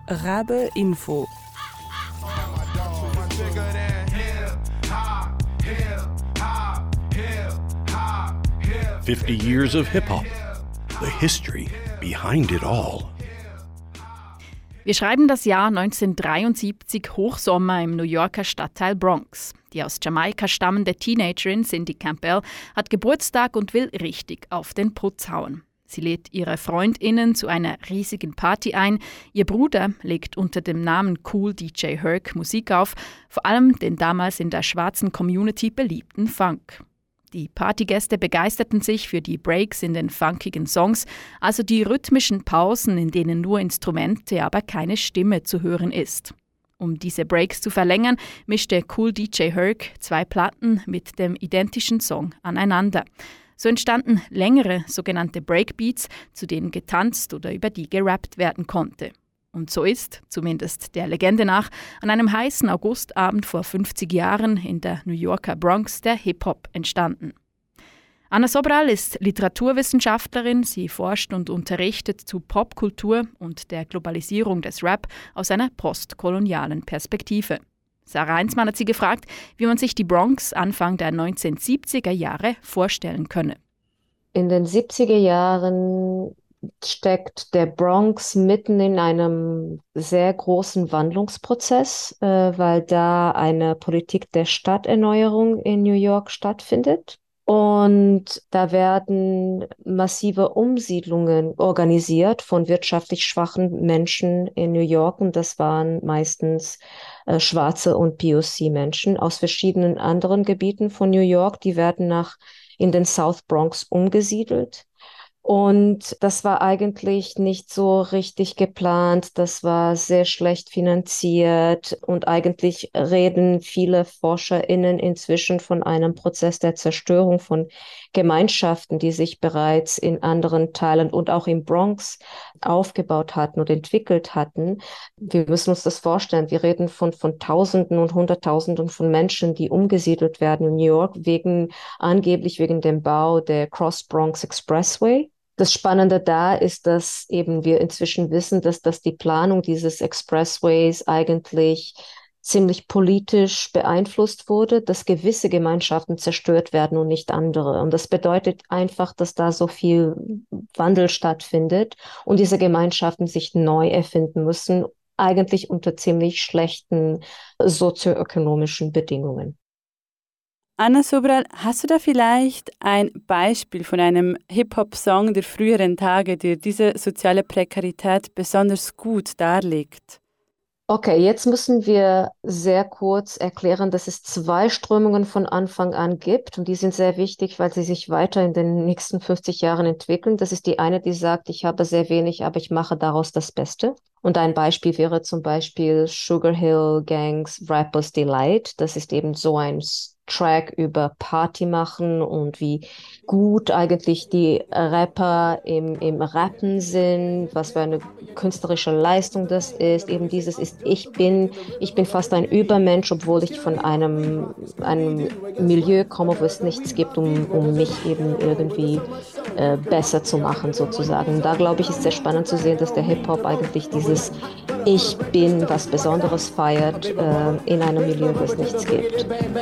Rabe Info. 50 years of hip-hop. The history behind it all. Wir schreiben das Jahr 1973, Hochsommer im New Yorker Stadtteil Bronx. Die aus Jamaika stammende Teenagerin Cindy Campbell hat Geburtstag und will richtig auf den Putz hauen. Sie lädt ihre FreundInnen zu einer riesigen Party ein. Ihr Bruder legt unter dem Namen Kool DJ Herc Musik auf, vor allem den damals in der schwarzen Community beliebten Funk. Die Partygäste begeisterten sich für die Breaks in den funkigen Songs, also die rhythmischen Pausen, in denen nur Instrumente, aber keine Stimme zu hören ist. Um diese Breaks zu verlängern, mischte Kool DJ Herc 2 Platten mit dem identischen Song aneinander. So entstanden längere sogenannte Breakbeats, zu denen getanzt oder über die gerappt werden konnte. Und so ist, zumindest der Legende nach, an einem heißen Augustabend vor 50 Jahren in der New Yorker Bronx der Hip-Hop entstanden. Anna Sobral ist Literaturwissenschaftlerin. Sie forscht und unterrichtet zu Popkultur und der Globalisierung des Rap aus einer postkolonialen Perspektive. Sarah Heinzmann hat sie gefragt, wie man sich die Bronx Anfang der 1970er Jahre vorstellen könne. In den 70er Jahren steckt der Bronx mitten in einem sehr großen Wandlungsprozess, weil da eine Politik der Stadterneuerung in New York stattfindet. Und da werden massive Umsiedlungen organisiert von wirtschaftlich schwachen Menschen in New York. Und das waren meistens schwarze und POC-Menschen aus verschiedenen anderen Gebieten von New York. Die werden in den South Bronx umgesiedelt. Und das war eigentlich nicht so richtig geplant, das war sehr schlecht finanziert und eigentlich reden viele ForscherInnen inzwischen von einem Prozess der Zerstörung von Gemeinschaften, die sich bereits in anderen Teilen und auch im Bronx aufgebaut hatten und entwickelt hatten. Wir müssen uns das vorstellen, wir reden von Tausenden und Hunderttausenden von Menschen, die umgesiedelt werden in New York, angeblich wegen dem Bau der Cross-Bronx Expressway. Das Spannende da ist, dass eben wir inzwischen wissen, dass die Planung dieses Expressways eigentlich ziemlich politisch beeinflusst wurde, dass gewisse Gemeinschaften zerstört werden und nicht andere. Und das bedeutet einfach, dass da so viel Wandel stattfindet und diese Gemeinschaften sich neu erfinden müssen, eigentlich unter ziemlich schlechten sozioökonomischen Bedingungen. Anna Sobral, hast du da vielleicht ein Beispiel von einem Hip-Hop-Song der früheren Tage, der diese soziale Prekarität besonders gut darlegt? Okay, jetzt müssen wir sehr kurz erklären, dass es 2 Strömungen von Anfang an gibt und die sind sehr wichtig, weil sie sich weiter in den nächsten 50 Jahren entwickeln. Das ist die eine, die sagt, ich habe sehr wenig, aber ich mache daraus das Beste. Und ein Beispiel wäre zum Beispiel Sugar Hill Gangs Rapper's Delight. Das ist eben so ein Track über Party machen und wie gut eigentlich die Rapper im Rappen sind, was für eine künstlerische Leistung das ist. Eben dieses ist, ich bin fast ein Übermensch, obwohl ich von einem Milieu komme, wo es nichts gibt, um mich eben irgendwie besser zu machen sozusagen. Und da glaube ich, ist sehr spannend zu sehen, dass der Hip-Hop eigentlich dieses Ich bin was Besonderes feiert in einem Milieu, wo es nichts gibt.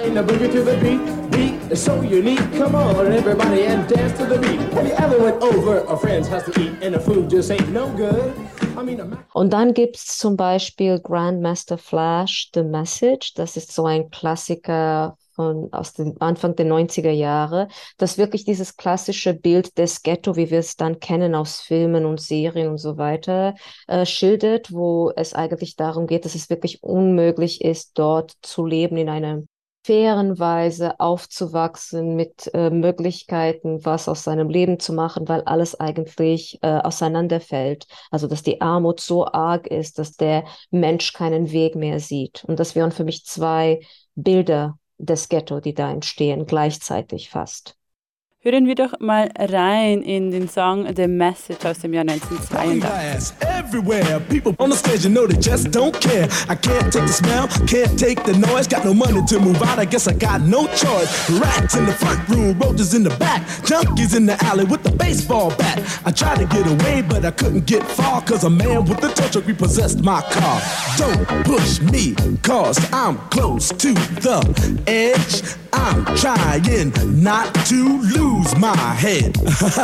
Und dann gibt es zum Beispiel Grandmaster Flash, The Message. Das ist so ein Klassiker aus dem Anfang der 90er Jahre, das wirklich dieses klassische Bild des Ghetto, wie wir es dann kennen aus Filmen und Serien und so weiter, schildert, wo es eigentlich darum geht, dass es wirklich unmöglich ist, dort zu leben, in einer fairen Weise aufzuwachsen, mit Möglichkeiten, was aus seinem Leben zu machen, weil alles eigentlich auseinanderfällt. Also, dass die Armut so arg ist, dass der Mensch keinen Weg mehr sieht. Und das wären für mich 2 Bilder des Ghetto, die da entstehen, gleichzeitig fast. Hören wir doch mal rein in den Song The Message aus dem Jahr 1982. Everywhere, people on the stage, you know they just don't care. I can't take the smell, can't take the noise. Got no money to move out, I guess I got no choice. Rats in the front room, roaches in the back, junkies in the alley with the baseball bat. I tried to get away, but I couldn't get far, cause a man with a tow truck repossessed my car. Don't push me, cause I'm close to the edge. I'm trying not to lose my head.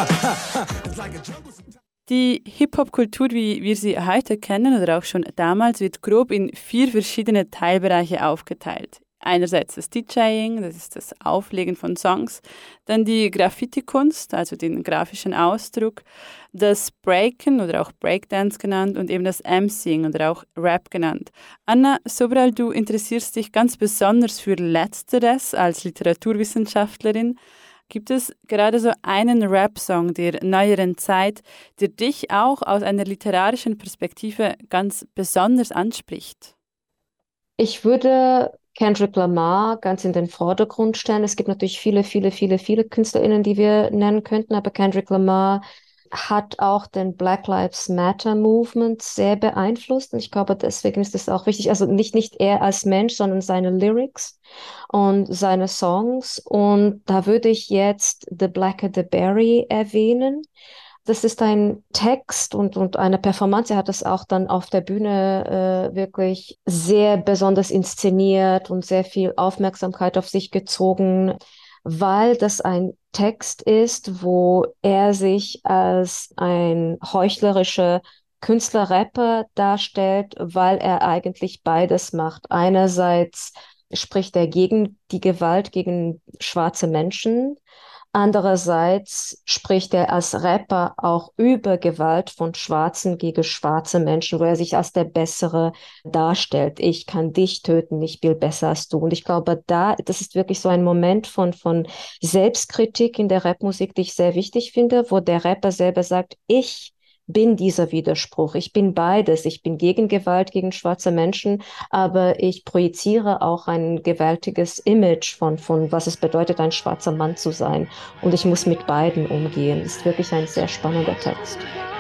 It's like a jungle. Die Hip-Hop-Kultur, wie wir sie heute kennen oder auch schon damals, wird grob in 4 verschiedene Teilbereiche aufgeteilt. Einerseits das DJing, das ist das Auflegen von Songs, dann die Graffiti-Kunst, also den grafischen Ausdruck, das Breaken oder auch Breakdance genannt und eben das MCing oder auch Rap genannt. Anna Sobral, du interessierst dich ganz besonders für Letzteres als Literaturwissenschaftlerin. Gibt es gerade so einen Rap-Song der neueren Zeit, der dich auch aus einer literarischen Perspektive ganz besonders anspricht? Ich würde Kendrick Lamar ganz in den Vordergrund stellen. Es gibt natürlich viele KünstlerInnen, die wir nennen könnten, aber Kendrick Lamar hat auch den Black Lives Matter Movement sehr beeinflusst. Und ich glaube, deswegen ist es auch wichtig, also nicht er als Mensch, sondern seine Lyrics und seine Songs. Und da würde ich jetzt The Blacker the Berry erwähnen. Das ist ein Text und eine Performance. Er hat es auch dann auf der Bühne wirklich sehr besonders inszeniert und sehr viel Aufmerksamkeit auf sich gezogen, weil das ein Text ist, wo er sich als ein heuchlerischer Künstler-Rapper darstellt, weil er eigentlich beides macht. Einerseits spricht er gegen die Gewalt gegen schwarze Menschen. Andererseits spricht er als Rapper auch über Gewalt von Schwarzen gegen schwarze Menschen, wo er sich als der Bessere darstellt. Ich kann dich töten, ich bin besser als du. Und ich glaube, das ist wirklich so ein Moment von Selbstkritik in der Rapmusik, die ich sehr wichtig finde, wo der Rapper selber sagt, ich bin dieser Widerspruch. Ich bin beides. Ich bin gegen Gewalt gegen schwarze Menschen, aber ich projiziere auch ein gewaltiges Image von was es bedeutet, ein schwarzer Mann zu sein. Und ich muss mit beiden umgehen. Das ist wirklich ein sehr spannender Text.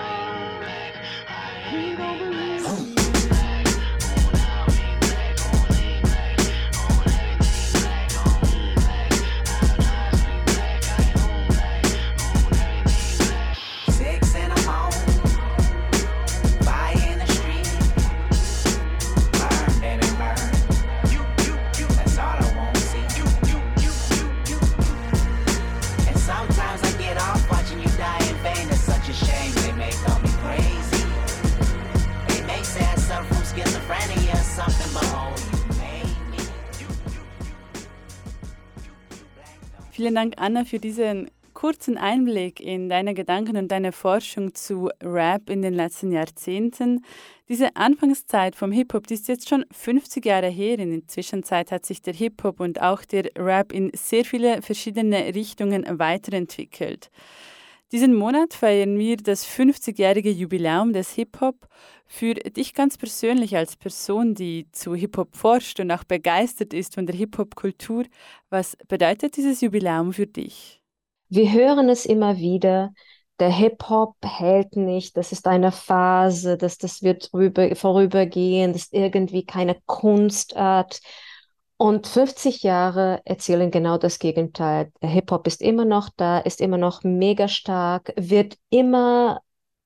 Vielen Dank, Anna, für diesen kurzen Einblick in deine Gedanken und deine Forschung zu Rap in den letzten Jahrzehnten. Diese Anfangszeit vom Hip-Hop, die ist jetzt schon 50 Jahre her. In der Zwischenzeit hat sich der Hip-Hop und auch der Rap in sehr viele verschiedene Richtungen weiterentwickelt. Diesen Monat feiern wir das 50-jährige Jubiläum des Hip-Hop. Für dich ganz persönlich als Person, die zu Hip-Hop forscht und auch begeistert ist von der Hip-Hop-Kultur, was bedeutet dieses Jubiläum für dich? Wir hören es immer wieder, der Hip-Hop hält nicht, das ist eine Phase, das wird vorübergehen, das ist irgendwie keine Kunstart. Und 50 Jahre erzählen genau das Gegenteil. Der Hip-Hop ist immer noch da, ist immer noch mega stark, wird immer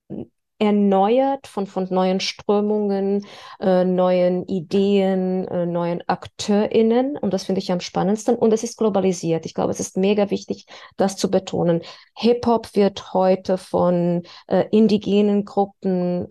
erneuert von neuen Strömungen, neuen Ideen, neuen AkteurInnen. Und das finde ich am spannendsten. Und es ist globalisiert. Ich glaube, es ist mega wichtig, das zu betonen. Hip-Hop wird heute von indigenen Gruppen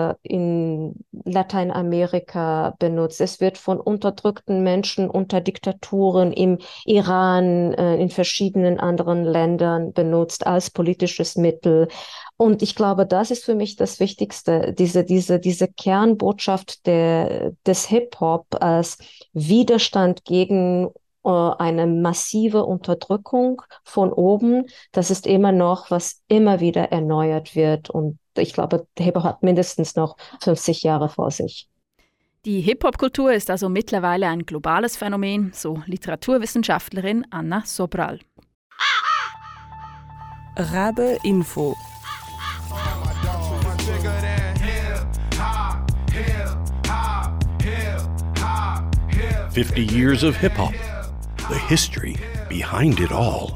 in Lateinamerika benutzt. Es wird von unterdrückten Menschen unter Diktaturen im Iran, in verschiedenen anderen Ländern benutzt als politisches Mittel. Und ich glaube, das ist für mich das Wichtigste, diese Kernbotschaft des Hip-Hop als Widerstand gegen eine massive Unterdrückung von oben. Das ist immer noch, was immer wieder erneuert wird. Und ich glaube, der Hip-Hop hat mindestens noch 50 Jahre vor sich. Die Hip-Hop-Kultur ist also mittlerweile ein globales Phänomen, so Literaturwissenschaftlerin Anna Sobral. Rabe Info. 50 years of hip-hop. The history behind it all.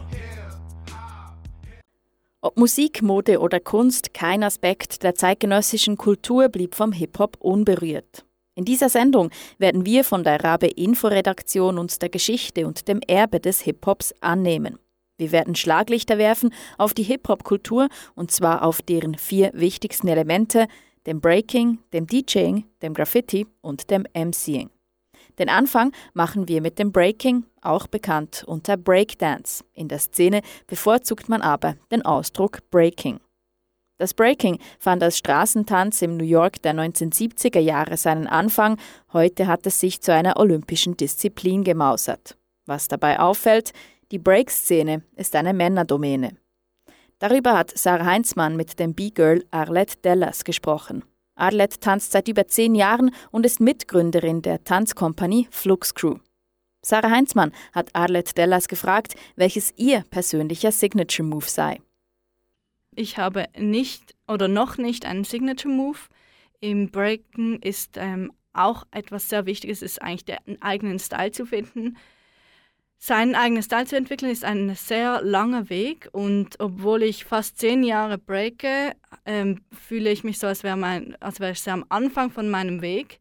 Ob Musik, Mode oder Kunst, kein Aspekt der zeitgenössischen Kultur blieb vom Hip-Hop unberührt. In dieser Sendung werden wir von der Rabe Info-Redaktion uns der Geschichte und dem Erbe des Hip-Hops annehmen. Wir werden Schlaglichter werfen auf die Hip-Hop-Kultur und zwar auf deren 4 wichtigsten Elemente, dem Breaking, dem DJing, dem Graffiti und dem MCing. Den Anfang machen wir mit dem Breaking, auch bekannt unter Breakdance. In der Szene bevorzugt man aber den Ausdruck Breaking. Das Breaking fand als Straßentanz im New York der 1970er Jahre seinen Anfang. Heute hat es sich zu einer olympischen Disziplin gemausert. Was dabei auffällt, die Break-Szene ist eine Männerdomäne. Darüber hat Sarah Heinzmann mit dem B-Girl Arlette Dellas gesprochen. Arlette tanzt seit über 10 Jahren und ist Mitgründerin der Tanzkompanie Flux Crew. Sarah Heinzmann hat Arlette Dellas gefragt, welches ihr persönlicher Signature Move sei. Ich habe nicht oder noch nicht einen Signature Move. Im Breaken ist auch etwas sehr Wichtiges, ist eigentlich einen eigenen Style zu finden. Seinen eigenen Style zu entwickeln ist ein sehr langer Weg und obwohl ich fast 10 Jahre breake, fühle ich mich so, als wäre ich sehr am Anfang von meinem Weg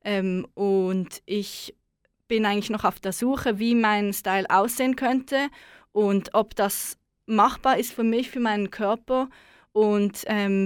und ich bin eigentlich noch auf der Suche, wie mein Style aussehen könnte und ob das machbar ist für mich, für meinen Körper und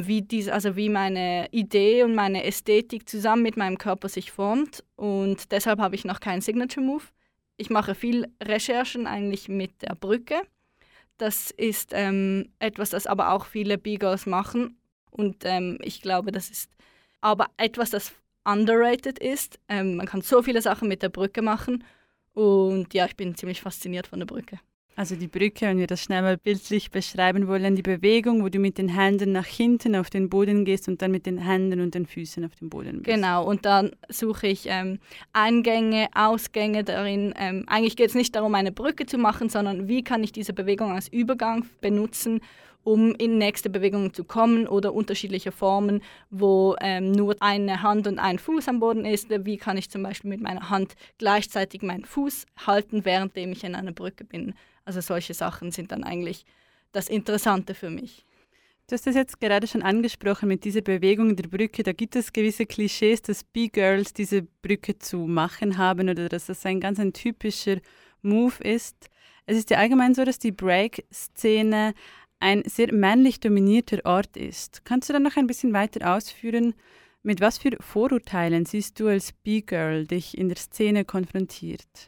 wie meine Idee und meine Ästhetik zusammen mit meinem Körper sich formt und deshalb habe ich noch keinen Signature Move. Ich mache viel Recherchen eigentlich mit der Brücke. Das ist etwas, das aber auch viele B-Girls machen. Und ich glaube, das ist aber etwas, das underrated ist. Man kann so viele Sachen mit der Brücke machen. Und ja, ich bin ziemlich fasziniert von der Brücke. Also die Brücke, wenn wir das schnell mal bildlich beschreiben wollen, die Bewegung, wo du mit den Händen nach hinten auf den Boden gehst und dann mit den Händen und den Füßen auf den Boden bist. Genau, und dann suche ich Eingänge, Ausgänge darin. Eigentlich geht es nicht darum, eine Brücke zu machen, sondern wie kann ich diese Bewegung als Übergang benutzen, um in nächste Bewegungen zu kommen oder unterschiedliche Formen, wo nur eine Hand und ein Fuß am Boden ist. Wie kann ich zum Beispiel mit meiner Hand gleichzeitig meinen Fuß halten, währenddem ich in einer Brücke bin. Also solche Sachen sind dann eigentlich das Interessante für mich. Du hast das jetzt gerade schon angesprochen mit dieser Bewegung der Brücke. Da gibt es gewisse Klischees, dass B-Girls diese Brücke zu machen haben oder dass das ein typischer Move ist. Es ist ja allgemein so, dass die Break-Szene ein sehr männlich dominierter Ort ist. Kannst du dann noch ein bisschen weiter ausführen, mit was für Vorurteilen siehst du als B-Girl dich in der Szene konfrontiert?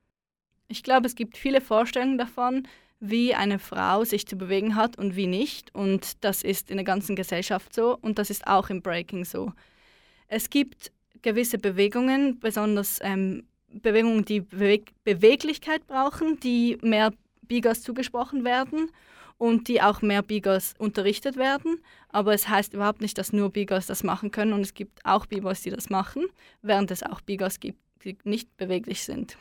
Ich glaube, es gibt viele Vorstellungen davon, wie eine Frau sich zu bewegen hat und wie nicht. Und das ist in der ganzen Gesellschaft so und das ist auch im Breaking so. Es gibt gewisse Bewegungen, besonders Bewegungen, die Beweglichkeit brauchen, die mehr B-Girls zugesprochen werden und die auch mehr B-Girls unterrichtet werden. Aber es heißt überhaupt nicht, dass nur B-Girls das machen können und es gibt auch B-Boys, die das machen, während es auch B-Girls gibt, die nicht beweglich sind.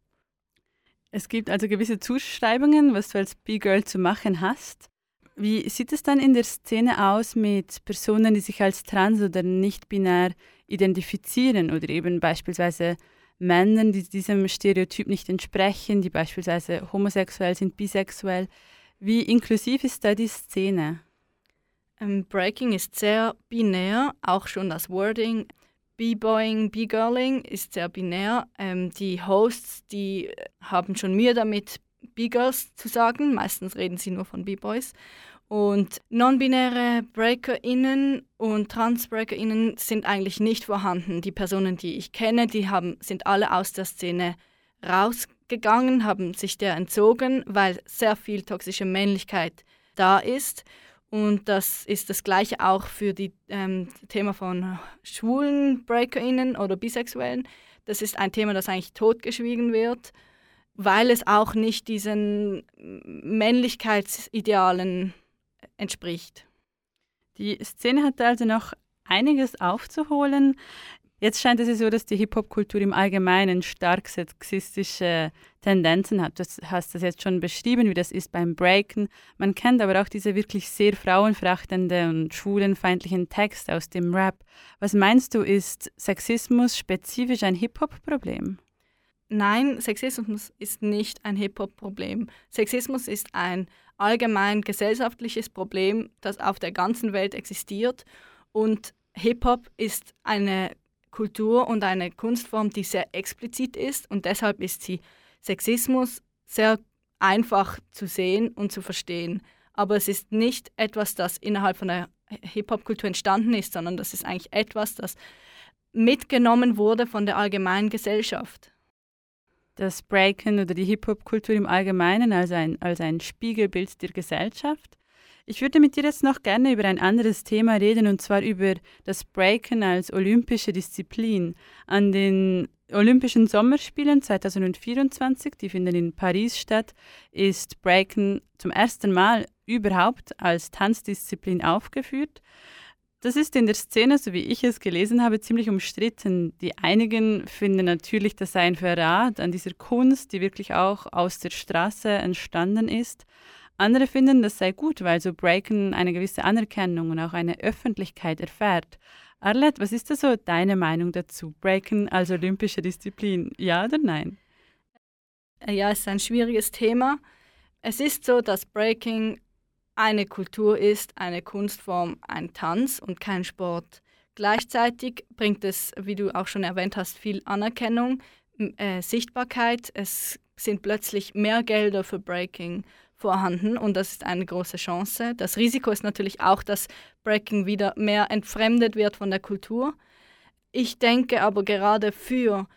Es gibt also gewisse Zuschreibungen, was du als B-Girl zu machen hast. Wie sieht es dann in der Szene aus mit Personen, die sich als trans oder nicht-binär identifizieren oder eben beispielsweise Männern, die diesem Stereotyp nicht entsprechen, die beispielsweise homosexuell sind, bisexuell? Wie inklusiv ist da die Szene? Breaking ist sehr binär, auch schon das Wording. B-Boying, B-Girling ist sehr binär. Die Hosts, die haben schon Mühe damit, B-Girls zu sagen. Meistens reden sie nur von B-Boys. Und non-binäre BreakerInnen und Trans-BreakerInnen sind eigentlich nicht vorhanden. Die Personen, die ich kenne, sind alle aus der Szene rausgegangen, haben sich der entzogen, weil sehr viel toxische Männlichkeit da ist. Und das ist das Gleiche auch für das Thema von schwulen BreakerInnen oder Bisexuellen. Das ist ein Thema, das eigentlich totgeschwiegen wird, weil es auch nicht diesen Männlichkeitsidealen entspricht. Die Szene hat also noch einiges aufzuholen. Jetzt scheint es ja so, dass die Hip-Hop-Kultur im Allgemeinen stark sexistische Tendenzen hat. Du hast das jetzt schon beschrieben, wie das ist beim Breaken. Man kennt aber auch diese wirklich sehr frauenverachtende und schwulenfeindlichen Texte aus dem Rap. Was meinst du, ist Sexismus spezifisch ein Hip-Hop-Problem? Nein, Sexismus ist nicht ein Hip-Hop-Problem. Sexismus ist ein allgemein gesellschaftliches Problem, das auf der ganzen Welt existiert. Und Hip-Hop ist eine Kultur und eine Kunstform, die sehr explizit ist. Und deshalb ist sie Sexismus sehr einfach zu sehen und zu verstehen. Aber es ist nicht etwas, das innerhalb von der Hip-Hop-Kultur entstanden ist, sondern das ist eigentlich etwas, das mitgenommen wurde von der allgemeinen Gesellschaft. Das Breaken oder die Hip-Hop-Kultur im Allgemeinen als ein Spiegelbild der Gesellschaft. Ich würde mit dir jetzt noch gerne über ein anderes Thema reden, und zwar über das Breaken als olympische Disziplin. An den Olympischen Sommerspielen 2024, die finden in Paris statt, ist Breaken zum ersten Mal überhaupt als Tanzdisziplin aufgeführt. Das ist in der Szene, so wie ich es gelesen habe, ziemlich umstritten. Die einigen finden natürlich, das sei ein Verrat an dieser Kunst, die wirklich auch aus der Straße entstanden ist. Andere finden, das sei gut, weil so Breaken eine gewisse Anerkennung und auch eine Öffentlichkeit erfährt. Arlette, was ist da so deine Meinung dazu? Breaken als olympische Disziplin, ja oder nein? Ja, es ist ein schwieriges Thema. Es ist so, dass Breaking eine Kultur ist, eine Kunstform, ein Tanz und kein Sport. Gleichzeitig bringt es, wie du auch schon erwähnt hast, viel Anerkennung, Sichtbarkeit. Es sind plötzlich mehr Gelder für Breaking vorhanden und das ist eine große Chance. Das Risiko ist natürlich auch, dass Breaking wieder mehr entfremdet wird von der Kultur. Ich denke aber gerade für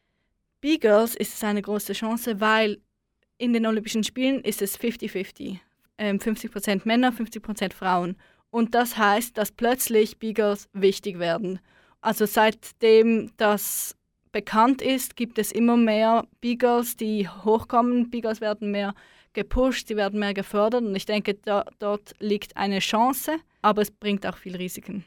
B-Girls ist es eine große Chance, weil in den Olympischen Spielen ist es 50-50. 50% Männer, 50% Frauen. Und das heißt, dass plötzlich B-Girls wichtig werden. Also seitdem das bekannt ist, gibt es immer mehr B-Girls, die hochkommen. B-Girls werden mehr gepusht, sie werden mehr gefördert. Und ich denke, dort liegt eine Chance, aber es bringt auch viel Risiken.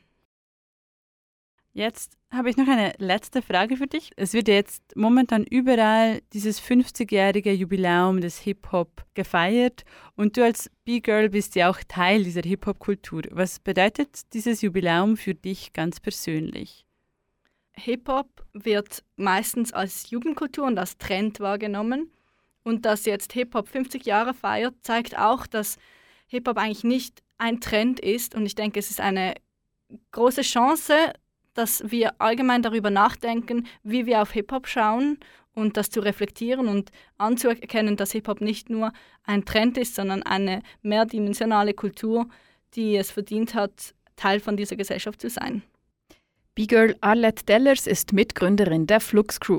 Jetzt habe ich noch eine letzte Frage für dich. Es wird jetzt momentan überall dieses 50-jährige Jubiläum des Hip-Hop gefeiert und du als B-Girl bist ja auch Teil dieser Hip-Hop-Kultur. Was bedeutet dieses Jubiläum für dich ganz persönlich? Hip-Hop wird meistens als Jugendkultur und als Trend wahrgenommen. Und dass jetzt Hip-Hop 50 Jahre feiert, zeigt auch, dass Hip-Hop eigentlich nicht ein Trend ist. Und ich denke, es ist eine große Chance, dass wir allgemein darüber nachdenken, wie wir auf Hip-Hop schauen und das zu reflektieren und anzuerkennen, dass Hip-Hop nicht nur ein Trend ist, sondern eine mehrdimensionale Kultur, die es verdient hat, Teil von dieser Gesellschaft zu sein. B-Girl Arlette Dellers ist Mitgründerin der Flux Crew.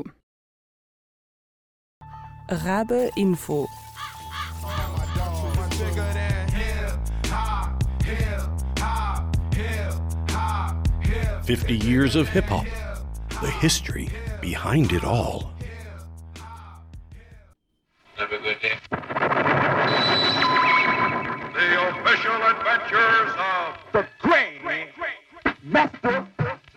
Rabe Info. "50 years of hip-hop. The history behind it all." Have a good day. The official adventures of the Great Master.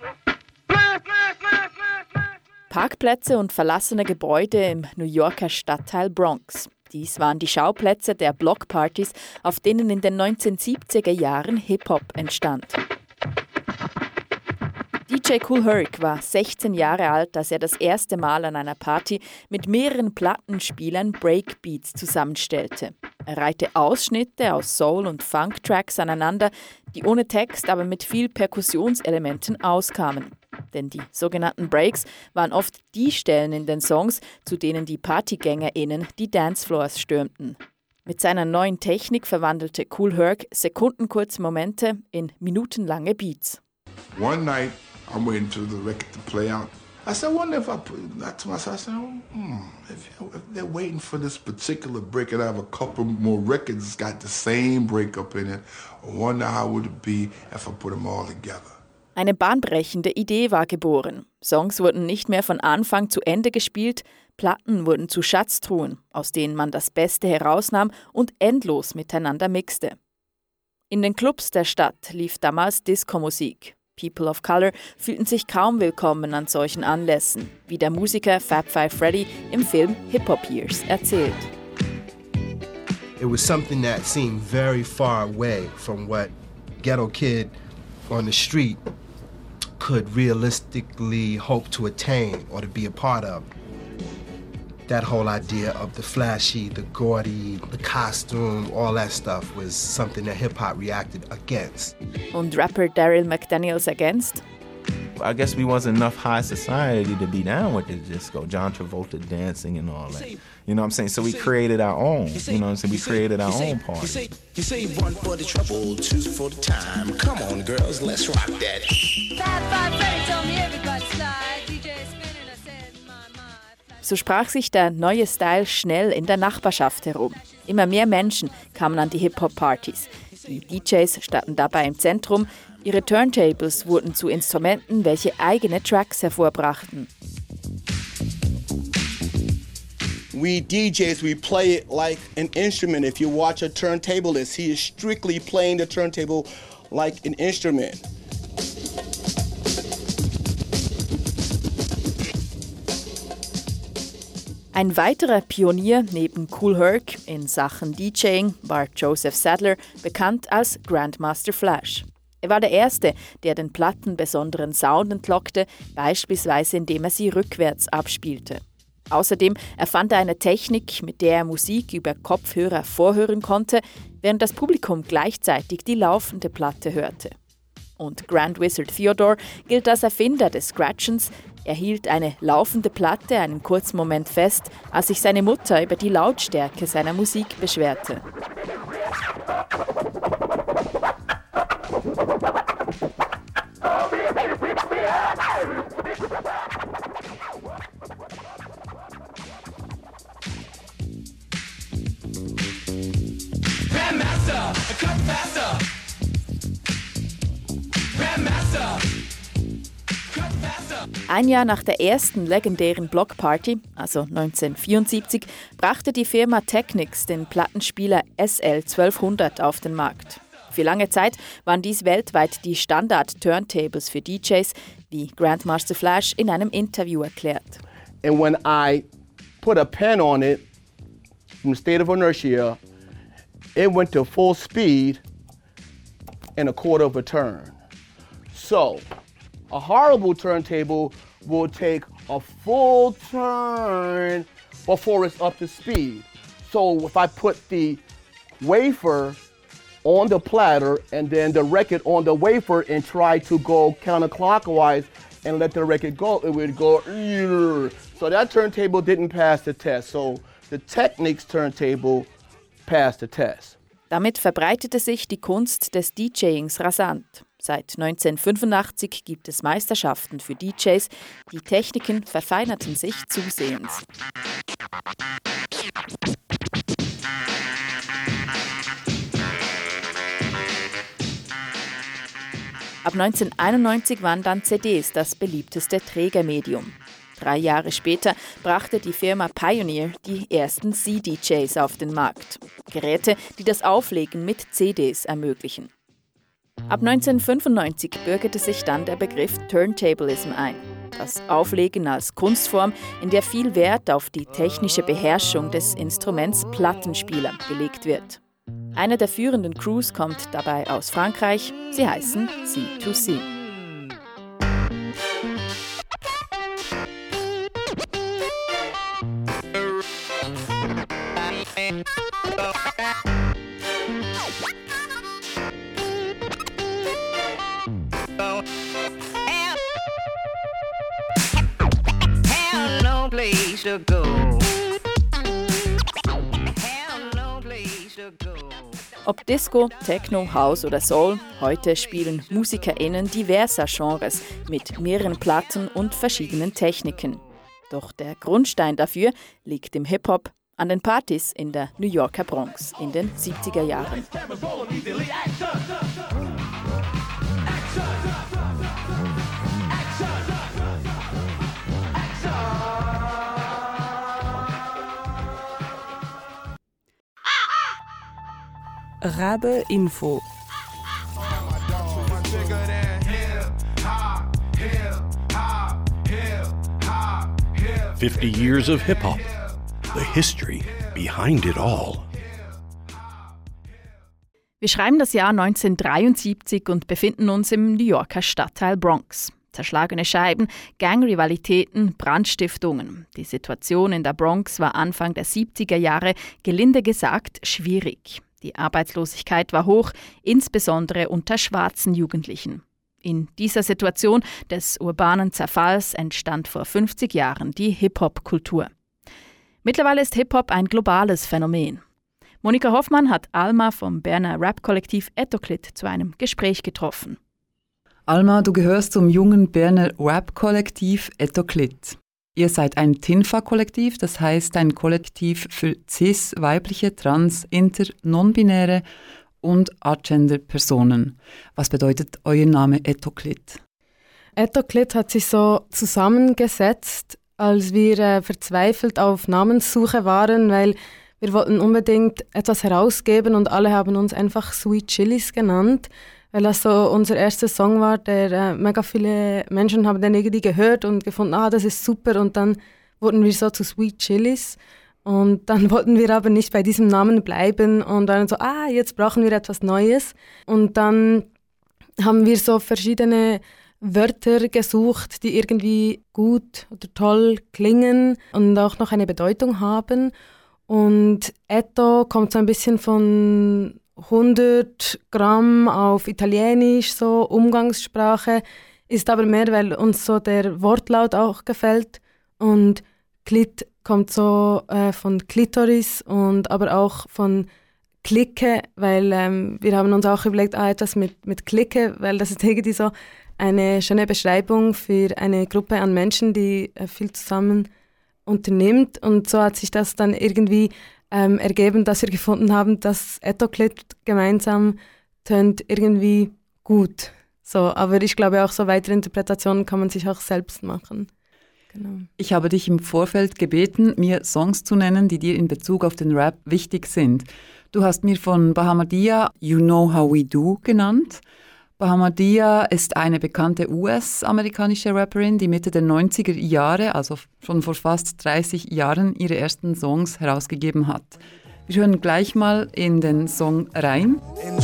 Parkplätze und verlassene Gebäude im New Yorker Stadtteil Bronx. Dies waren die Schauplätze der Blockpartys, auf denen in den 1970er Jahren Hip-Hop entstand. DJ Kool Herc war 16 Jahre alt, als er das erste Mal an einer Party mit mehreren Plattenspielern Breakbeats zusammenstellte. Er reihte Ausschnitte aus Soul- und Funk-Tracks aneinander, die ohne Text, aber mit viel Perkussionselementen auskamen. Denn die sogenannten Breaks waren oft die Stellen in den Songs, zu denen die PartygängerInnen die Dancefloors stürmten. Mit seiner neuen Technik verwandelte Kool Herc sekundenkurze Momente in minutenlange Beats. One night, I'm waiting for the record to play out. I said, I wonder if I put that to myself. I said, if they're waiting for this particular break and I have a couple more records that's got the same breakup in it, I wonder how would it be if I put them all together. Eine bahnbrechende Idee war geboren. Songs wurden nicht mehr von Anfang zu Ende gespielt, Platten wurden zu Schatztruhen, aus denen man das Beste herausnahm und endlos miteinander mixte. In den Clubs der Stadt lief damals Disco-Musik. People of Color fühlten sich kaum willkommen an solchen Anlässen, wie der Musiker Fab Five Freddy im Film Hip Hop Years erzählt. It was something that seemed very far away from what ghetto kid on the street could realistically hope to attain or to be a part of. That whole idea of the flashy, the gaudy, the costume, all that stuff was something that hip-hop reacted against. Und Rapper Daryl McDaniels ergänzt: I guess we wasn't enough high society to be down with the disco, John Travolta dancing and all that. You know what I'm saying? So we created our own, you know what I'm saying? We created our own party. You say one for the trouble, two for the time. Come on, girls, let's rock that. Fab Five Freddy told me everybody's fly. DJ spinning, I said, my. So sprach sich der neue Style schnell in der Nachbarschaft herum. Immer mehr Menschen kamen an die Hip-Hop-Partys. Die DJs standen dabei im Zentrum. Ihre Turntables wurden zu Instrumenten, welche eigene Tracks hervorbrachten. We DJs, we play it like an instrument. If you watch a turntablist, he is strictly playing the turntable like an instrument. Ein weiterer Pionier neben Kool Herc in Sachen DJing war Joseph Sadler, bekannt als Grandmaster Flash. Er war der Erste, der den Platten besonderen Sound entlockte, beispielsweise indem er sie rückwärts abspielte. Außerdem erfand er eine Technik, mit der er Musik über Kopfhörer vorhören konnte, während das Publikum gleichzeitig die laufende Platte hörte. Und Grand Wizard Theodore gilt als Erfinder des Scratchens. Er hielt eine laufende Platte einen kurzen Moment fest, als sich seine Mutter über die Lautstärke seiner Musik beschwerte. Grandmaster, cut faster. Grandmaster. Ein Jahr nach der ersten legendären Blockparty, also 1974, brachte die Firma Technics den Plattenspieler SL1200 auf den Markt. Für lange Zeit waren dies weltweit die Standard-Turntables für DJs, wie Grandmaster Flash in einem Interview erklärt. And when I put a pen on it, from the state of inertia, it went to full speed in a quarter of a turn. So, a horrible turntable will take a full turn before it's up to speed. So if I put the wafer on the platter and then the record on the wafer and try to go counterclockwise and let the record go, it would go. So that turntable didn't pass the test. So the Technics turntable passed the test. Damit verbreitete sich die Kunst des DJings rasant. Seit 1985 gibt es Meisterschaften für DJs. Die Techniken verfeinerten sich zusehends. Ab 1991 waren dann CDs das beliebteste Trägermedium. 3 Jahre später brachte die Firma Pioneer die ersten CDJs auf den Markt. Geräte, die das Auflegen mit CDs ermöglichen. Ab 1995 bürgerte sich dann der Begriff Turntablism ein. Das Auflegen als Kunstform, in der viel Wert auf die technische Beherrschung des Instruments Plattenspieler gelegt wird. Eine der führenden Crews kommt dabei aus Frankreich. Sie heißen C2C. Ob Disco, Techno, House oder Soul, heute spielen MusikerInnen diverser Genres mit mehreren Platten und verschiedenen Techniken. Doch der Grundstein dafür liegt im Hip-Hop an den Partys in der New Yorker Bronx in den 70er Jahren. Rabe Info. 50 years of hip hop. The history behind it all. Wir schreiben das Jahr 1973 und befinden uns im New Yorker Stadtteil Bronx. Zerschlagene Scheiben, Gangrivalitäten, Brandstiftungen. Die Situation in der Bronx war Anfang der 70er Jahre, gelinde gesagt, schwierig. Die Arbeitslosigkeit war hoch, insbesondere unter schwarzen Jugendlichen. In dieser Situation des urbanen Zerfalls entstand vor 50 Jahren die Hip-Hop-Kultur. Mittlerweile ist Hip-Hop ein globales Phänomen. Monika Hoffmann hat Alma vom Berner Rap-Kollektiv Etoclit zu einem Gespräch getroffen. Alma, du gehörst zum jungen Berner Rap-Kollektiv Etoclit. Ihr seid ein TINFA-Kollektiv, das heißt ein Kollektiv für cis, weibliche, trans, inter, non-binäre und Agender-Personen. Was bedeutet euer Name Etoclit? Etoclit hat sich so zusammengesetzt, als wir verzweifelt auf Namenssuche waren, weil wir wollten unbedingt etwas herausgeben und alle haben uns einfach Sweet Chilis genannt, weil das so unser erster Song war, der mega viele Menschen haben den irgendwie gehört und gefunden, das ist super, und dann wurden wir so zu Sweet Chilis und dann wollten wir aber nicht bei diesem Namen bleiben und dann so, jetzt brauchen wir etwas Neues, und dann haben wir so verschiedene Wörter gesucht, die irgendwie gut oder toll klingen und auch noch eine Bedeutung haben. Und Etto kommt so ein bisschen von 100 Gramm auf Italienisch, so Umgangssprache, ist aber mehr, weil uns so der Wortlaut auch gefällt. Und Klit kommt so von Klitoris und aber auch von Clique, weil wir haben uns auch überlegt, etwas mit Clique, weil das ist irgendwie so eine schöne Beschreibung für eine Gruppe an Menschen, die viel zusammen unternimmt, und so hat sich das dann irgendwie ergeben, dass wir gefunden haben, dass Etoclit gemeinsam tönt irgendwie gut. So, aber ich glaube auch, so weitere Interpretationen kann man sich auch selbst machen. Genau. Ich habe dich im Vorfeld gebeten, mir Songs zu nennen, die dir in Bezug auf den Rap wichtig sind. Du hast mir von Bahamadia You Know How We Do genannt. Bahamadia ist eine bekannte US-amerikanische Rapperin, die Mitte der 90er Jahre, also schon vor fast 30 Jahren, ihre ersten Songs herausgegeben hat. Wir hören gleich mal in den Song rein.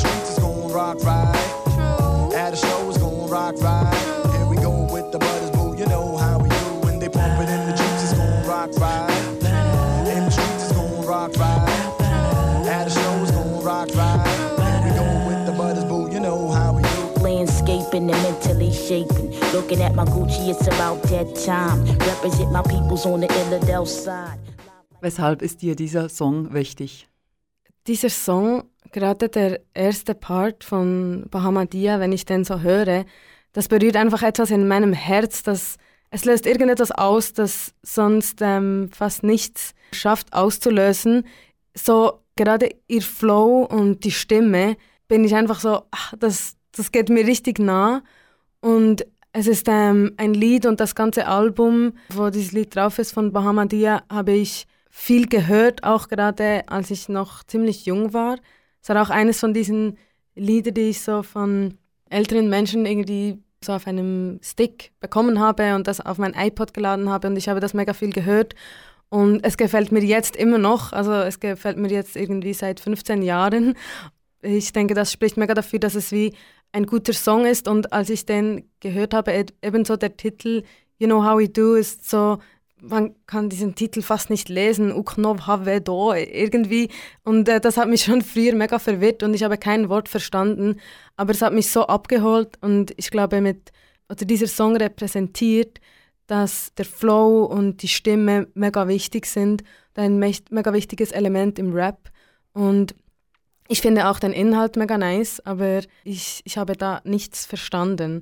Landscaping and mentally shaping. Looking at my Gucci, it's about that time. Represent my peoples on the Illidale side. Weshalb ist dir dieser Song wichtig? Dieser Song, gerade der erste Part von Bahamadia, wenn ich den so höre, das berührt einfach etwas in meinem Herz, es löst irgendetwas aus, das sonst fast nichts schafft auszulösen. So gerade ihr Flow und die Stimme, bin ich einfach so, das geht mir richtig nah, und es ist ein Lied, und das ganze Album, wo dieses Lied drauf ist von Bahamadia, habe ich viel gehört, auch gerade als ich noch ziemlich jung war. Es war auch eines von diesen Liedern, die ich so von älteren Menschen irgendwie so auf einem Stick bekommen habe und das auf mein iPod geladen habe, und ich habe das mega viel gehört. Und es gefällt mir jetzt immer noch, also es gefällt mir jetzt irgendwie seit 15 Jahren. Ich denke, das spricht mega dafür, dass es wie ein guter Song ist, und als ich den gehört habe, ebenso der Titel You Know How We Do ist so, man kann diesen Titel fast nicht lesen, Uknov have do, irgendwie, und das hat mich schon früher mega verwirrt und ich habe kein Wort verstanden, aber es hat mich so abgeholt, und ich glaube, dieser Song repräsentiert, dass der Flow und die Stimme mega wichtig sind, ein mega wichtiges Element im Rap, und ich finde auch den Inhalt mega nice, aber ich habe da nichts verstanden.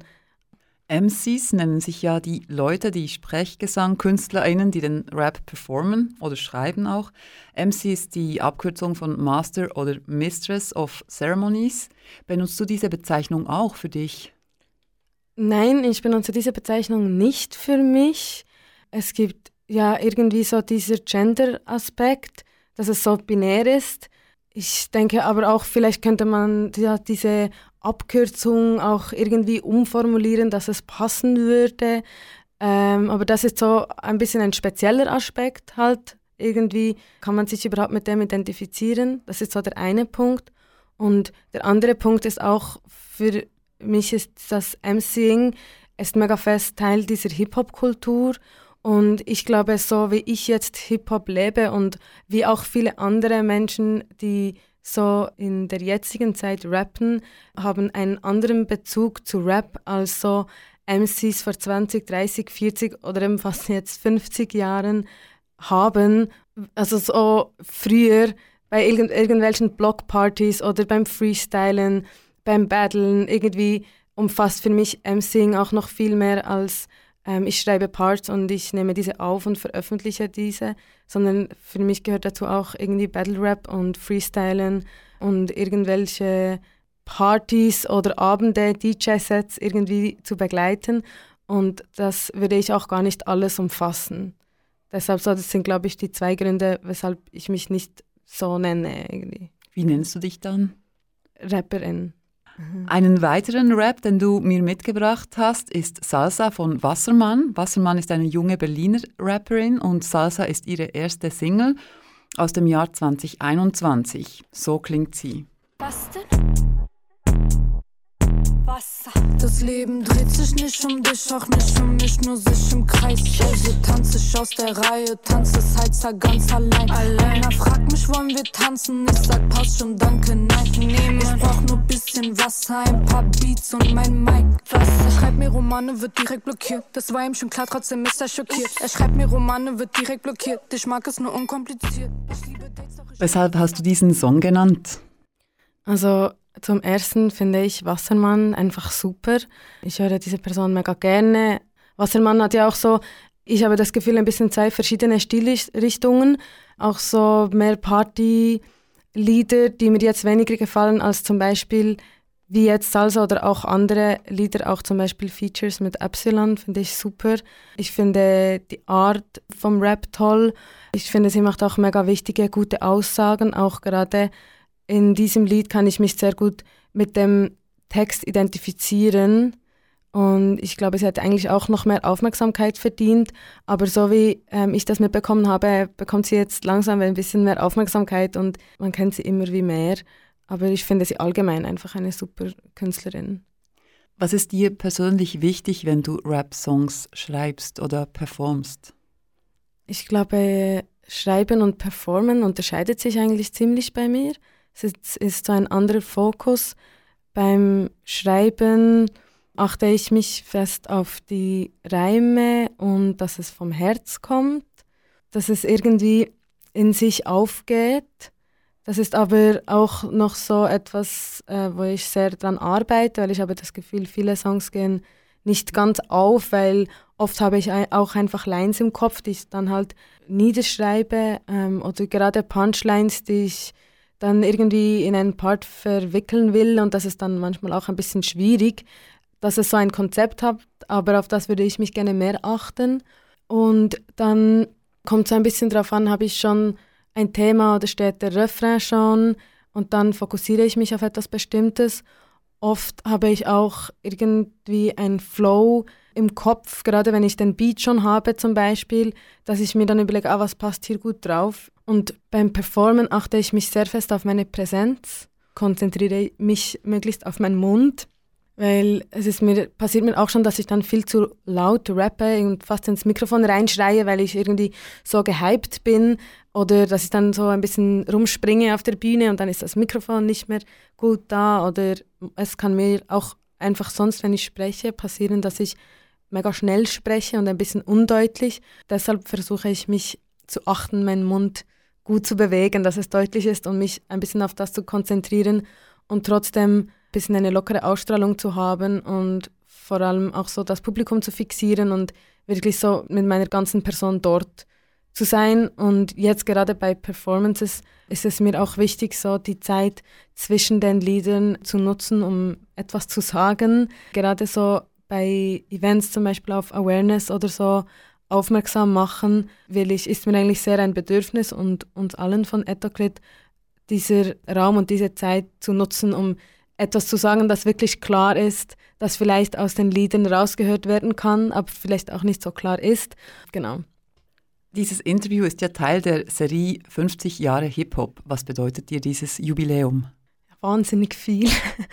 MCs nennen sich ja die Leute, die Sprechgesang-KünstlerInnen, die den Rap performen oder schreiben auch. MC ist die Abkürzung von Master oder Mistress of Ceremonies. Benutzt du diese Bezeichnung auch für dich? Nein, ich benutze diese Bezeichnung nicht für mich. Es gibt ja irgendwie so dieser Gender-Aspekt, dass es so binär ist. Ich denke aber auch, vielleicht könnte man diese Abkürzung auch irgendwie umformulieren, dass es passen würde. Aber das ist so ein bisschen ein spezieller Aspekt halt. Irgendwie kann man sich überhaupt mit dem identifizieren. Das ist so der eine Punkt. Und der andere Punkt ist auch, für mich ist das MCing ist mega fest Teil dieser Hip-Hop-Kultur. Und ich glaube, so wie ich jetzt Hip-Hop lebe und wie auch viele andere Menschen, die so in der jetzigen Zeit rappen, haben einen anderen Bezug zu Rap als so MCs vor 20, 30, 40 oder eben fast jetzt 50 Jahren haben. Also so früher bei irgendwelchen Blockpartys oder beim Freestylen, beim Battlen, irgendwie umfasst für mich MCing auch noch viel mehr als ich schreibe Parts und ich nehme diese auf und veröffentliche diese, sondern für mich gehört dazu auch irgendwie Battle Rap und Freestylen und irgendwelche Partys oder Abende, DJ-Sets irgendwie zu begleiten, und das würde ich auch gar nicht alles umfassen. Deshalb so, das sind, glaube ich, die 2 Gründe, weshalb ich mich nicht so nenne irgendwie. Wie nennst du dich dann? Rapperin. Einen weiteren Rap, den du mir mitgebracht hast, ist Salsa von Wassermann. Wassermann ist eine junge Berliner Rapperin und Salsa ist ihre erste Single aus dem Jahr 2021. So klingt sie. Was denn? Wasser. Das Leben dreht sich nicht um dich, auch nicht um mich, nur sich im Kreis. Also tanze ich aus der Reihe, tanze es halt ganz allein. Einer fragt mich, wollen wir tanzen? Ich sag, passt schon, danke, nein. Ich brauch nur bisschen Wasser, ein paar Beats und mein Mic. Wasser. Er schreibt mir Romane, wird direkt blockiert. Das war ihm schon klar, trotzdem ist er schockiert. Er schreibt mir Romane, wird direkt blockiert. Ich mag es nur unkompliziert. Weshalb hast du diesen Song genannt? Also zum Ersten finde ich Wassermann einfach super. Ich höre diese Person mega gerne. Wassermann hat ja auch so, ich habe das Gefühl, ein bisschen 2 verschiedene Stilrichtungen. Auch so mehr Party-Lieder, die mir jetzt weniger gefallen als zum Beispiel wie jetzt Salsa oder auch andere Lieder, auch zum Beispiel Features mit Epsilon, finde ich super. Ich finde die Art vom Rap toll. Ich finde, sie macht auch mega wichtige, gute Aussagen, auch gerade in diesem Lied kann ich mich sehr gut mit dem Text identifizieren, und ich glaube, sie hat eigentlich auch noch mehr Aufmerksamkeit verdient, aber so wie ich das mitbekommen habe, bekommt sie jetzt langsam ein bisschen mehr Aufmerksamkeit und man kennt sie immer wie mehr, aber ich finde sie allgemein einfach eine super Künstlerin. Was ist dir persönlich wichtig, wenn du Rap-Songs schreibst oder performst? Ich glaube, Schreiben und Performen unterscheidet sich eigentlich ziemlich bei mir. Es ist so ein anderer Fokus. Beim Schreiben achte ich mich fest auf die Reime und dass es vom Herz kommt, dass es irgendwie in sich aufgeht. Das ist aber auch noch so etwas, wo ich sehr dran arbeite, weil ich habe das Gefühl, viele Songs gehen nicht ganz auf, weil oft habe ich auch einfach Lines im Kopf, die ich dann halt niederschreibe, oder gerade Punchlines, die ich dann irgendwie in einen Part verwickeln will, und das ist dann manchmal auch ein bisschen schwierig, dass es so ein Konzept hat, aber auf das würde ich mich gerne mehr achten. Und dann kommt es ein bisschen darauf an, habe ich schon ein Thema oder steht der Refrain schon, und dann fokussiere ich mich auf etwas Bestimmtes. Oft habe ich auch irgendwie einen Flow im Kopf, gerade wenn ich den Beat schon habe zum Beispiel, dass ich mir dann überlege, was passt hier gut drauf. Und beim Performen achte ich mich sehr fest auf meine Präsenz, konzentriere mich möglichst auf meinen Mund, weil passiert mir auch schon, dass ich dann viel zu laut rappe und fast ins Mikrofon reinschreie, weil ich irgendwie so gehypt bin, oder dass ich dann so ein bisschen rumspringe auf der Bühne und dann ist das Mikrofon nicht mehr gut da, oder es kann mir auch einfach sonst, wenn ich spreche, passieren, dass ich mega schnell spreche und ein bisschen undeutlich. Deshalb versuche ich mich zu achten, meinen Mund gut zu bewegen, dass es deutlich ist und mich ein bisschen auf das zu konzentrieren und trotzdem ein bisschen eine lockere Ausstrahlung zu haben und vor allem auch so das Publikum zu fixieren und wirklich so mit meiner ganzen Person dort zu sein. Und jetzt gerade bei Performances ist es mir auch wichtig, so die Zeit zwischen den Liedern zu nutzen, um etwas zu sagen. Gerade so bei Events zum Beispiel auf Awareness oder so aufmerksam machen, ist mir eigentlich sehr ein Bedürfnis und uns allen von Ethocrit dieser Raum und diese Zeit zu nutzen, um etwas zu sagen, das wirklich klar ist, das vielleicht aus den Liedern rausgehört werden kann, aber vielleicht auch nicht so klar ist. Genau. Dieses Interview ist ja Teil der Serie 50 Jahre Hip-Hop. Was bedeutet dir dieses Jubiläum? Wahnsinnig viel.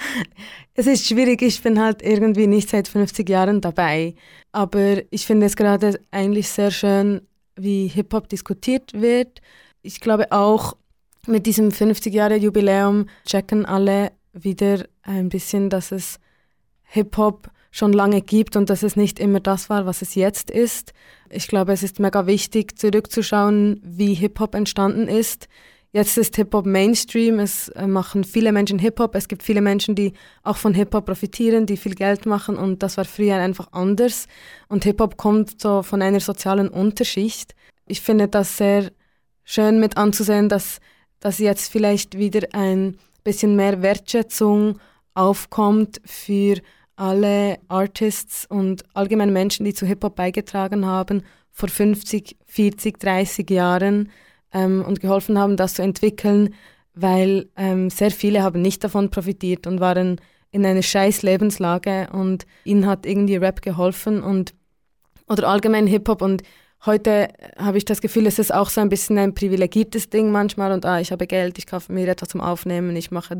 Es ist schwierig, ich bin halt irgendwie nicht seit 50 Jahren dabei. Aber ich finde es gerade eigentlich sehr schön, wie Hip-Hop diskutiert wird. Ich glaube auch, mit diesem 50 Jahre Jubiläum checken alle wieder ein bisschen, dass es Hip-Hop schon lange gibt und dass es nicht immer das war, was es jetzt ist. Ich glaube, es ist mega wichtig, zurückzuschauen, wie Hip-Hop entstanden ist. Jetzt ist Hip-Hop Mainstream, es machen viele Menschen Hip-Hop, es gibt viele Menschen, die auch von Hip-Hop profitieren, die viel Geld machen und das war früher einfach anders. Und Hip-Hop kommt so von einer sozialen Unterschicht. Ich finde das sehr schön mit anzusehen, dass jetzt vielleicht wieder ein bisschen mehr Wertschätzung aufkommt für alle Artists und allgemein Menschen, die zu Hip-Hop beigetragen haben, vor 50, 40, 30 Jahren und geholfen haben, das zu entwickeln, weil sehr viele haben nicht davon profitiert und waren in einer scheiß Lebenslage und ihnen hat irgendwie Rap geholfen oder allgemein Hip-Hop und heute habe ich das Gefühl, es ist auch so ein bisschen ein privilegiertes Ding manchmal und ich habe Geld, ich kaufe mir etwas zum Aufnehmen, ich mache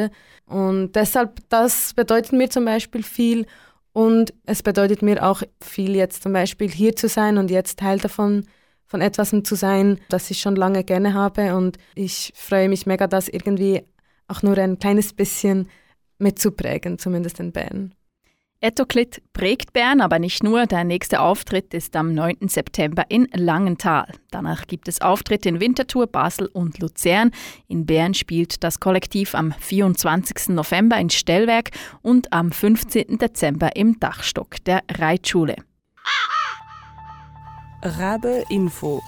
und deshalb, das bedeutet mir zum Beispiel viel und es bedeutet mir auch viel jetzt zum Beispiel hier zu sein und jetzt Teil davon von etwas zu sein, das ich schon lange gerne habe und ich freue mich mega, das irgendwie auch nur ein kleines bisschen mitzuprägen, zumindest in Bern. Etoclit prägt Bern, aber nicht nur. Der nächste Auftritt ist am 9. September in Langenthal. Danach gibt es Auftritte in Winterthur, Basel und Luzern. In Bern spielt das Kollektiv am 24. November in Stellwerk und am 15. Dezember im Dachstock der Reitschule. Rabe Info.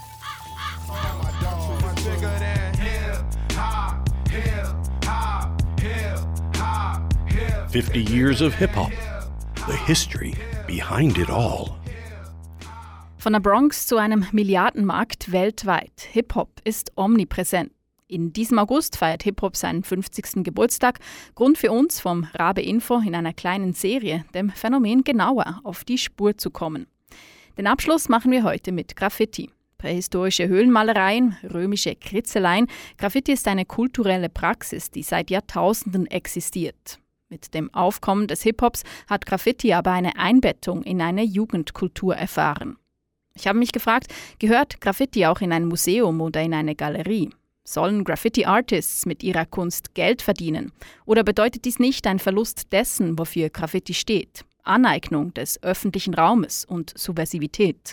50 years of hip-hop. The history behind it all. Von der Bronx zu einem Milliardenmarkt weltweit. Hip-Hop ist omnipräsent. In diesem August feiert Hip-Hop seinen 50. Geburtstag. Grund für uns vom Rabe Info in einer kleinen Serie, dem Phänomen genauer auf die Spur zu kommen. Den Abschluss machen wir heute mit Graffiti. Prähistorische Höhlenmalereien, römische Kritzeleien. Graffiti ist eine kulturelle Praxis, die seit Jahrtausenden existiert. Mit dem Aufkommen des Hip-Hops hat Graffiti aber eine Einbettung in eine Jugendkultur erfahren. Ich habe mich gefragt, gehört Graffiti auch in ein Museum oder in eine Galerie? Sollen Graffiti-Artists mit ihrer Kunst Geld verdienen? Oder bedeutet dies nicht ein Verlust dessen, wofür Graffiti steht? Aneignung des öffentlichen Raumes und Subversivität?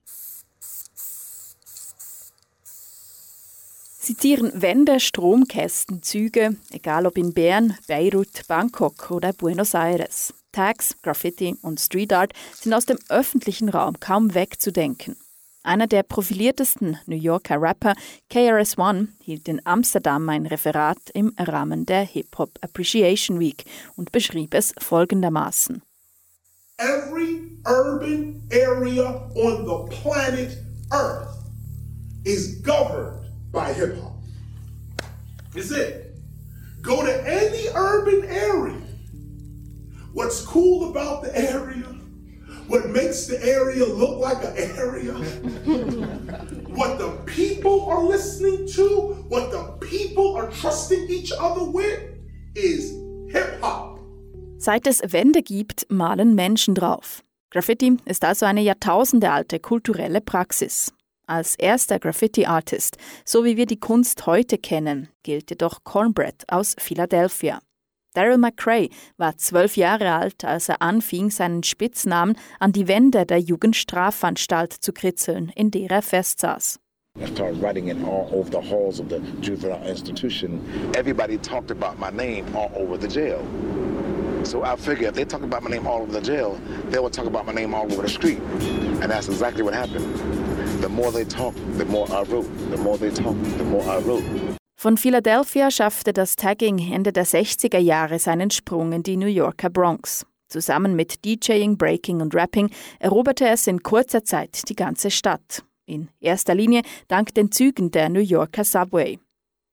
Sie zieren Wände, Stromkästen, Züge, egal ob in Bern, Beirut, Bangkok oder Buenos Aires. Tags, Graffiti und Street Art sind aus dem öffentlichen Raum kaum wegzudenken. Einer der profiliertesten New Yorker Rapper, KRS-One, hielt in Amsterdam ein Referat im Rahmen der Hip-Hop Appreciation Week und beschrieb es folgendermaßen. Every urban area on the planet Earth is governed by hip-hop. Is it? Go to any urban area. What's cool about the area? What makes the area look like an area? What the people are listening to, what the people are trusting each other with is hip-hop. Seit es Wände gibt, malen Menschen drauf. Graffiti ist also eine jahrtausendealte kulturelle Praxis. Als erster Graffiti-Artist, so wie wir die Kunst heute kennen, gilt jedoch Cornbread aus Philadelphia. Daryl McCray war 12 Jahre alt, als er anfing, seinen Spitznamen an die Wände der Jugendstrafanstalt zu kritzeln, in der er festsaß. I started writing it all over the halls of the juvenile institution. Everybody talked about my name all over the jail. So I figured if they talk about my name all over the jail, they would talk about my name all over the street. And that's exactly what happened. The more they talked, the more I wrote. The more they talked, the more I wrote. Von Philadelphia schaffte das Tagging Ende der 60er Jahre seinen Sprung in die New Yorker Bronx. Zusammen mit DJing, Breaking und Rapping eroberte es in kurzer Zeit die ganze Stadt. In erster Linie dank den Zügen der New Yorker Subway.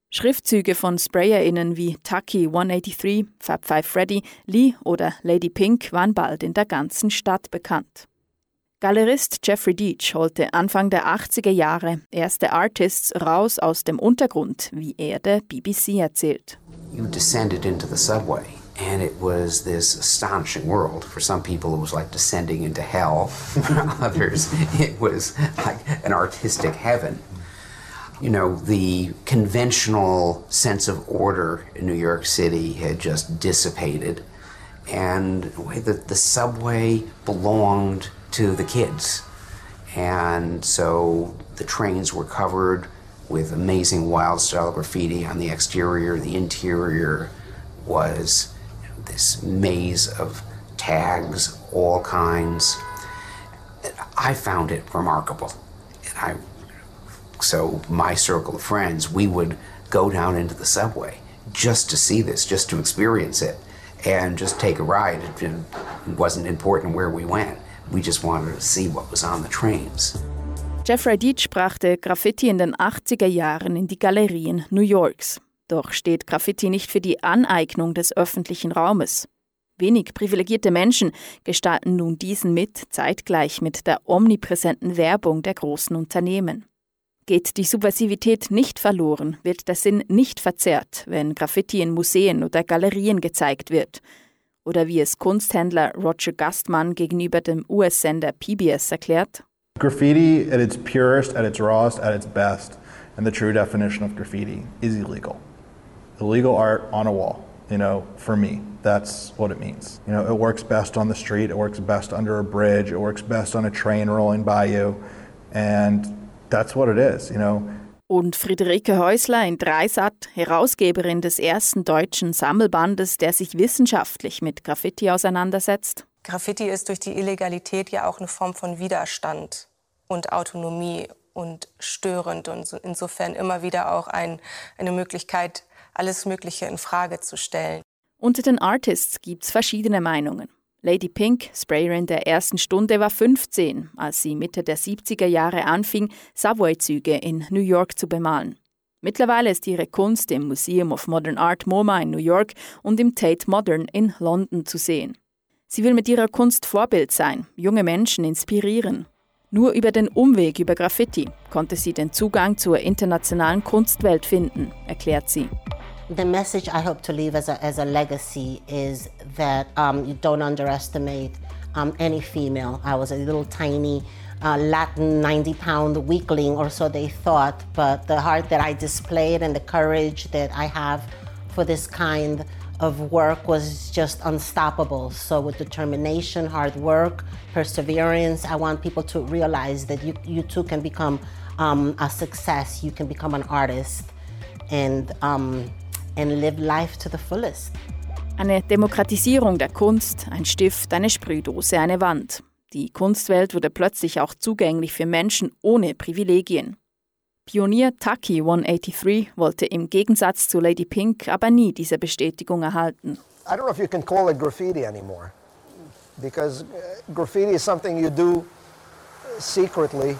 Schriftzüge von SprayerInnen wie Tucky 183, Fab Five Freddy, Lee oder Lady Pink waren bald in der ganzen Stadt bekannt. Galerist Jeffrey Deitch holte Anfang der 80er Jahre erste Artists raus aus dem Untergrund, wie er der BBC erzählt. You descended into the subway. And it was this astonishing world. For some people, it was like descending into hell. For others, it was like an artistic heaven. You know, the conventional sense of order in New York City had just dissipated. And the subway belonged to the kids. And so the trains were covered with amazing wild style graffiti on the exterior. The interior was this maze of tags, all kinds. I found it remarkable. So my circle of friends, we would go down into the subway just to see this, just to experience it, and just take a ride. It wasn't important where we went. We just wanted to see what was on the trains. Jeffrey Deitch brachte Graffiti in den 80er Jahren in die Galerien New Yorks. Doch steht Graffiti nicht für die Aneignung des öffentlichen Raumes. Wenig privilegierte Menschen gestalten nun diesen mit, zeitgleich mit der omnipräsenten Werbung der großen Unternehmen. Geht die Subversivität nicht verloren, wird der Sinn nicht verzerrt, wenn Graffiti in Museen oder Galerien gezeigt wird. Oder wie es Kunsthändler Roger Gastman gegenüber dem US-Sender PBS erklärt: Graffiti at its purest, at its rawest, at its best, and the true definition of graffiti is illegal. Illegal art on a wall, for me. That's what it means. It works best on the street, it works best under a bridge, it works best on a train rolling by you, and that's what it is, Und Friederike Häusler in Dreisat, Herausgeberin des ersten deutschen Sammelbandes, der sich wissenschaftlich mit Graffiti auseinandersetzt. Graffiti ist durch die Illegalität ja auch eine Form von Widerstand und Autonomie und störend und insofern immer wieder auch eine Möglichkeit, alles Mögliche in Frage zu stellen. Unter den Artists gibt's verschiedene Meinungen. Lady Pink, Sprayerin der ersten Stunde, war 15, als sie Mitte der 70er Jahre anfing, Subway-Züge in New York zu bemalen. Mittlerweile ist ihre Kunst im Museum of Modern Art MoMA in New York und im Tate Modern in London zu sehen. Sie will mit ihrer Kunst Vorbild sein, junge Menschen inspirieren. Nur über den Umweg über Graffiti konnte sie den Zugang zur internationalen Kunstwelt finden, erklärt sie. The message I hope to leave as a legacy is that you don't underestimate any female. I was a little tiny Latin 90-pound weakling or so they thought, but the heart that I displayed and the courage that I have for this kind of work was just unstoppable. So with determination, hard work, perseverance, I want people to realize that you too can become a success. You can become an artist and live life to the fullest. Eine Demokratisierung der Kunst, ein Stift, eine Sprühdose, eine Wand. Die Kunstwelt wurde plötzlich auch zugänglich für Menschen ohne Privilegien. Pionier Tucky 183 wollte im Gegensatz zu Lady Pink aber nie diese Bestätigung erhalten. I don't know if you can call it graffiti anymore, because graffiti is something you do secretly.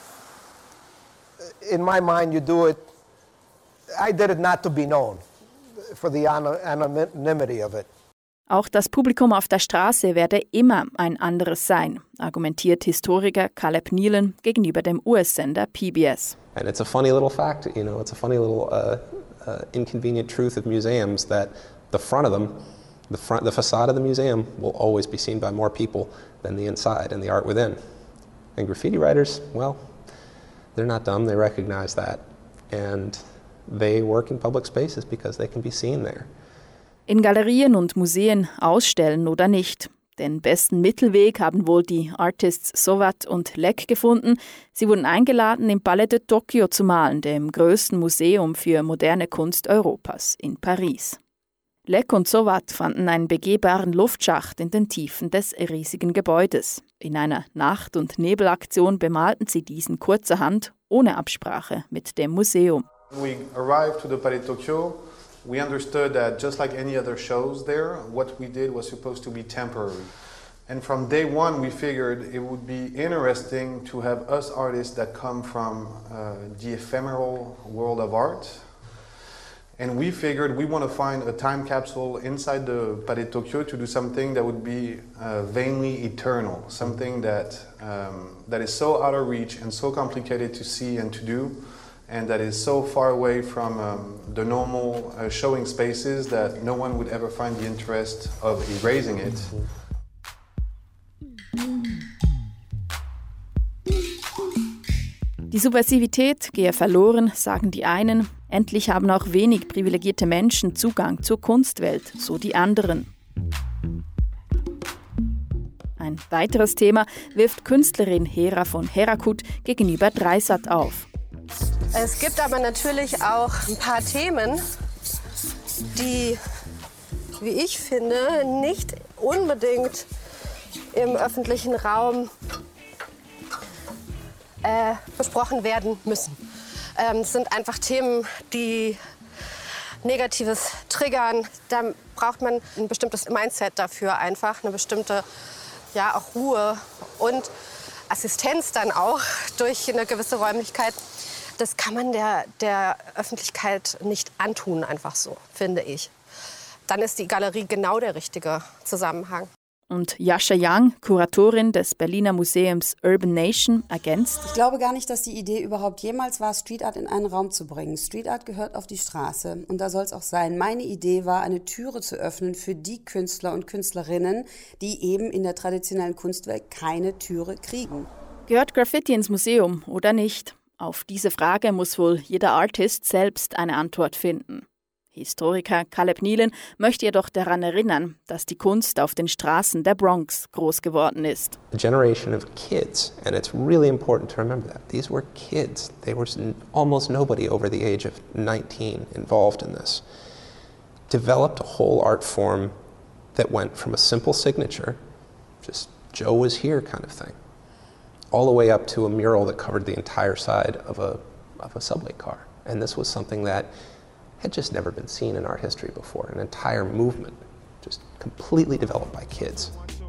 In my mind, you do it. I did it not to be known, for the anonymity of it. Auch das Publikum auf der Straße werde immer ein anderes sein, argumentiert Historiker Caleb Nealon gegenüber dem US-Sender PBS. And it's a funny little fact, it's a funny little inconvenient truth of museums that the front of them, the facade of the museum will always be seen by more people than the inside and the art within. And graffiti writers, well, they're not dumb, they recognize that. And they work in public spaces because they can be seen there. In Galerien und Museen ausstellen oder nicht. Den besten Mittelweg haben wohl die Artists Sowat und Leck gefunden. Sie wurden eingeladen, im Palais de Tokyo zu malen, dem größten Museum für moderne Kunst Europas in Paris. Leck und Sowat fanden einen begehbaren Luftschacht in den Tiefen des riesigen Gebäudes. In einer Nacht- und Nebelaktion bemalten sie diesen kurzerhand, ohne Absprache mit dem Museum. We arrived to the Palais de Tokyo. We understood that just like any other shows there, what we did was supposed to be temporary. And from day one, we figured it would be interesting to have us artists that come from the ephemeral world of art And we figured we want to find a time capsule inside the Palais de Tokyo to do something that would be vainly eternal, something that is so out of reach and so complicated to see and to do, and that is so far away from the normal showing spaces that no one would ever find the interest of erasing it. Die Subversivität gehe verloren, sagen die einen. Endlich haben auch wenig privilegierte Menschen Zugang zur Kunstwelt, so die anderen. Ein weiteres Thema wirft Künstlerin Hera von Herakut gegenüber Dreisat auf. Es gibt aber natürlich auch ein paar Themen, die, wie ich finde, nicht unbedingt im öffentlichen Raum besprochen werden müssen. Es sind einfach Themen, die Negatives triggern. Da braucht man ein bestimmtes Mindset dafür einfach, eine bestimmte auch Ruhe und Assistenz dann auch durch eine gewisse Räumlichkeit. Das kann man der Öffentlichkeit nicht antun, einfach so, finde ich. Dann ist die Galerie genau der richtige Zusammenhang. Und Jascha Young, Kuratorin des Berliner Museums Urban Nation, ergänzt: Ich glaube gar nicht, dass die Idee überhaupt jemals war, Street Art in einen Raum zu bringen. Street Art gehört auf die Straße und da soll es auch sein. Meine Idee war, eine Türe zu öffnen für die Künstler und Künstlerinnen, die eben in der traditionellen Kunstwelt keine Türe kriegen. Gehört Graffiti ins Museum oder nicht? Auf diese Frage muss wohl jeder Artist selbst eine Antwort finden. Historiker Caleb Nealon möchte jedoch daran erinnern, dass die Kunst auf den Straßen der Bronx groß geworden ist. A generation of kids, and it's really important to remember that. These were kids. There was almost nobody over the age of 19 involved in this. Developed a whole art form that went from a simple signature, just Joe was here kind of thing, all the way up to a mural that covered the entire side of a subway car. And this was something that had just never been seen in art history before, an entire movement just completely developed by kids.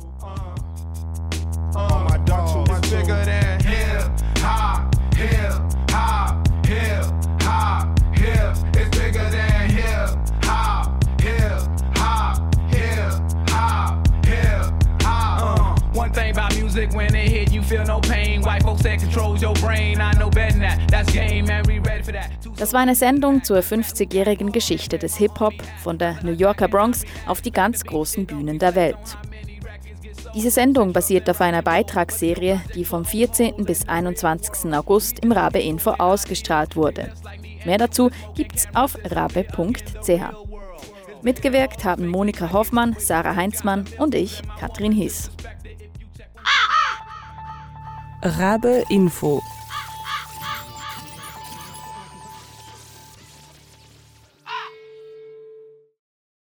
My dog is bigger than hip hop, hip hop, hip hop, hip. It's bigger than hip hop, hip hop, hip hop, hip hop. One thing about music, when it hit, you feel no pain. White folks that controls your brain. I know better than that. That's game, man. We ready for that. Das war eine Sendung zur 50-jährigen Geschichte des Hip-Hop von der New Yorker Bronx auf die ganz großen Bühnen der Welt. Diese Sendung basiert auf einer Beitragsserie, die vom 14. bis 21. August im Rabe Info ausgestrahlt wurde. Mehr dazu gibt's auf rabe.ch. Mitgewirkt haben Monika Hoffmann, Sarah Heinzmann und ich, Katrin Hiss. Rabe Info